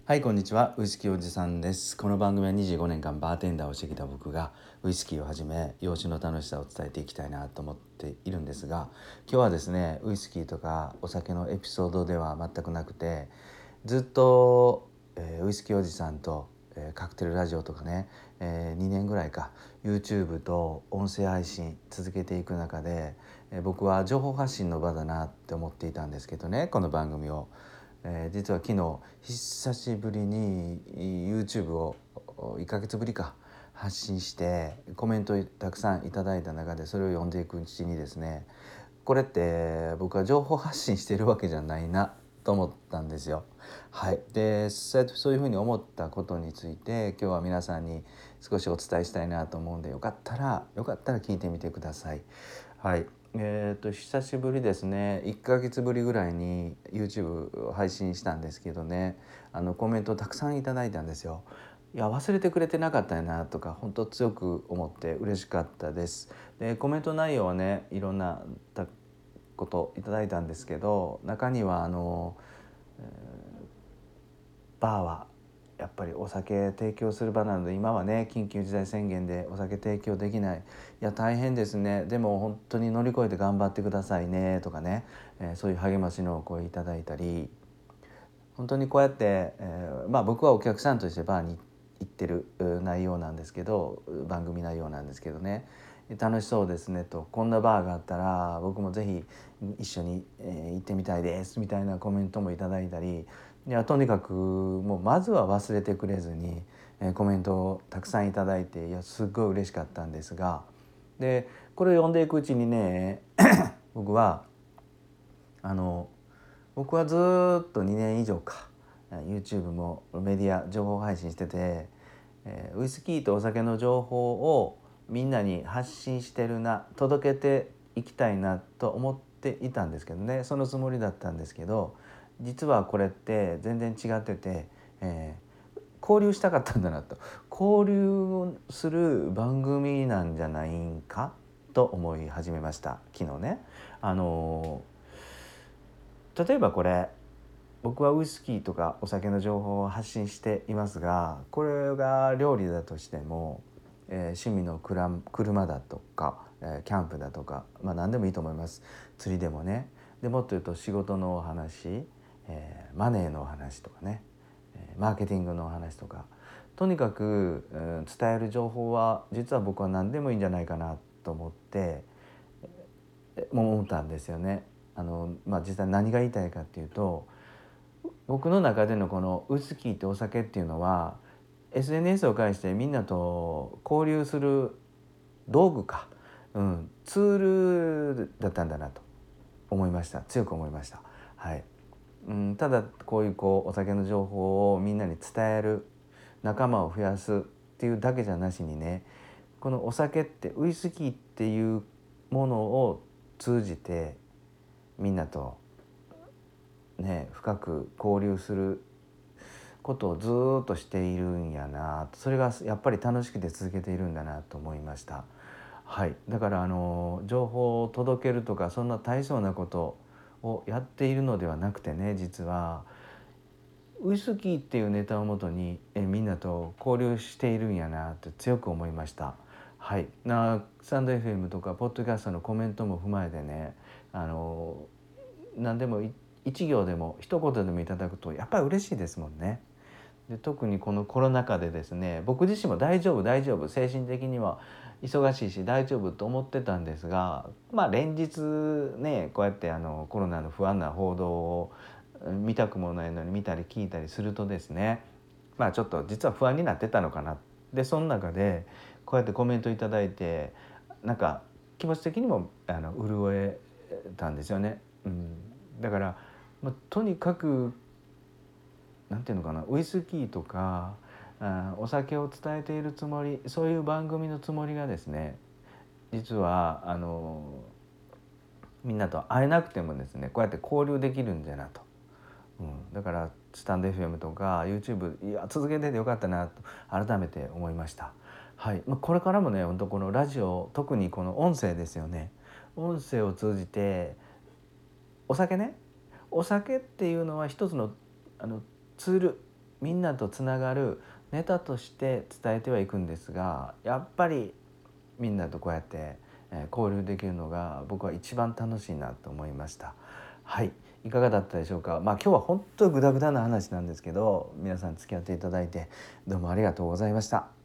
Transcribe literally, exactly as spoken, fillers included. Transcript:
はい、こんにちは。ウイスキーおじさんです。この番組はにじゅうごねんかんバーテンダーをしてきた僕がウイスキーをはじめ洋酒の楽しさを伝えていきたいなと思っているんですが、今日はですね、ウイスキーとかお酒のエピソードでは全くなくて、ずっと、えーウイスキーおじさんと、えーカクテルラジオとかね、えーにねんぐらいか YouTube と音声配信続けていく中で、えー僕は情報発信の場だなって思っていたんですけどね、この番組を。えー実は昨日久しぶりに YouTube をいっかげつぶりか発信してコメントをたくさんいただいた中で、それを読んでいくうちにですね、これって僕は情報発信してるわけじゃないなと思ったんですよ。はい、でそうそういうふうに思ったことについて今日は皆さんに少しお伝えしたいなと思うんで、よかったらよかったら聞いてみてください。はい、えー、と久しぶりですね。いっかげつぶりぐらいに YouTube を配信したんですけどね、あのコメントをたくさんいただいたんですよ。いや忘れてくれてなかったよなとか、本当強く思って嬉しかったです。でコメント内容はね、いろんなこといただいたんですけど、中にはあの、えーバーはやっぱりお酒提供する場なので、今はね緊急事態宣言でお酒提供できない、いや大変ですね、でも本当に乗り越えて頑張ってくださいねとかね、えーそういう励ましのお声いただいたり、本当にこうやって、えーまあ僕はお客さんとしてバーに行ってる内容なんですけど、番組内容なんですけどね、楽しそうですねと、こんなバーがあったら僕もぜひ一緒に、えー行ってみたいですみたいなコメントもいただいたり、いやとにかくもうまずは忘れてくれずに、えーコメントをたくさんいただいて、いやすっごい嬉しかったんですが、でこれを読んでいくうちにね僕はあの僕はずっとにねん以上か YouTube もメディア情報配信してて、えーウイスキーとお酒の情報をみんなに発信してるな、届けていきたいなと思っていたんですけどね、そのつもりだったんですけど、実はこれって全然違ってて、えー交流したかったんだなと、交流する番組なんじゃないんかと思い始めました、昨日ね。あの例えばこれ、僕はウイスキーとかお酒の情報を発信していますが、これが料理だとしても、えー趣味のクラ車だとか、えーキャンプだとか、まあ何でもいいと思います。釣りでもね。でもっと言うと仕事のお話、えーマネーのお話とかね、えーマーケティングのお話とか、とにかく、うん伝える情報は実は僕は何でもいいんじゃないかなと思ってえもう思ったんですよね。あの、まあ、実際何が言いたいかっていうと、僕の中でのこのウイスキーとお酒っていうのは エスエヌエス を介してみんなと交流する道具か、うん、ツールだったんだなと思いました。強く思いました。はい、うん、ただこういうこうお酒の情報をみんなに伝える、仲間を増やすっていうだけじゃなしにね、このお酒ってウイスキーっていうものを通じてみんなとね深く交流することをずっとしているんやな、それがやっぱり楽しくて続けているんだなと思いました。はい、だからあの情報を届けるとかそんな大層なことをやっているのではなくてね、実はウイスキーっていうネタをもとにえみんなと交流しているんやなって強く思いました。はい、なスタンド エフエム とかポッドキャストのコメントも踏まえてね、あの何でも一行でも一言でもいただくとやっぱり嬉しいですもんね。で特にこのコロナ禍でですね、僕自身も大丈夫大丈夫、精神的には忙しいし大丈夫と思ってたんですが、まあ連日ねこうやってあのコロナの不安な報道を見たくもないのに見たり聞いたりするとですね、まあちょっと実は不安になってたのかな。でその中でこうやってコメントいただいて、なんか気持ち的にもあの潤えたんですよね。うん、だから、まあ、とにかくなんていうのかな、ウイスキーとかあお酒を伝えているつもり、そういう番組のつもりがですね、実はあのみんなと会えなくてもですねこうやって交流できるんだなと、うん、だからスタンド エフエム とか YouTube いや続けててよかったなと改めて思いました。はい、まあ、これからもね本当このラジオ、特にこの音声ですよね、音声を通じてお酒ね、お酒っていうのは一つのあのツールみんなとつながるネタとして伝えてはいくんですが、やっぱりみんなとこうやって、えー、交流できるのが僕は一番楽しいなと思いました。はい、いかがだったでしょうか。まあ今日は本当グダグダな話なんですけど、皆さん付き合っていただいてどうもありがとうございました。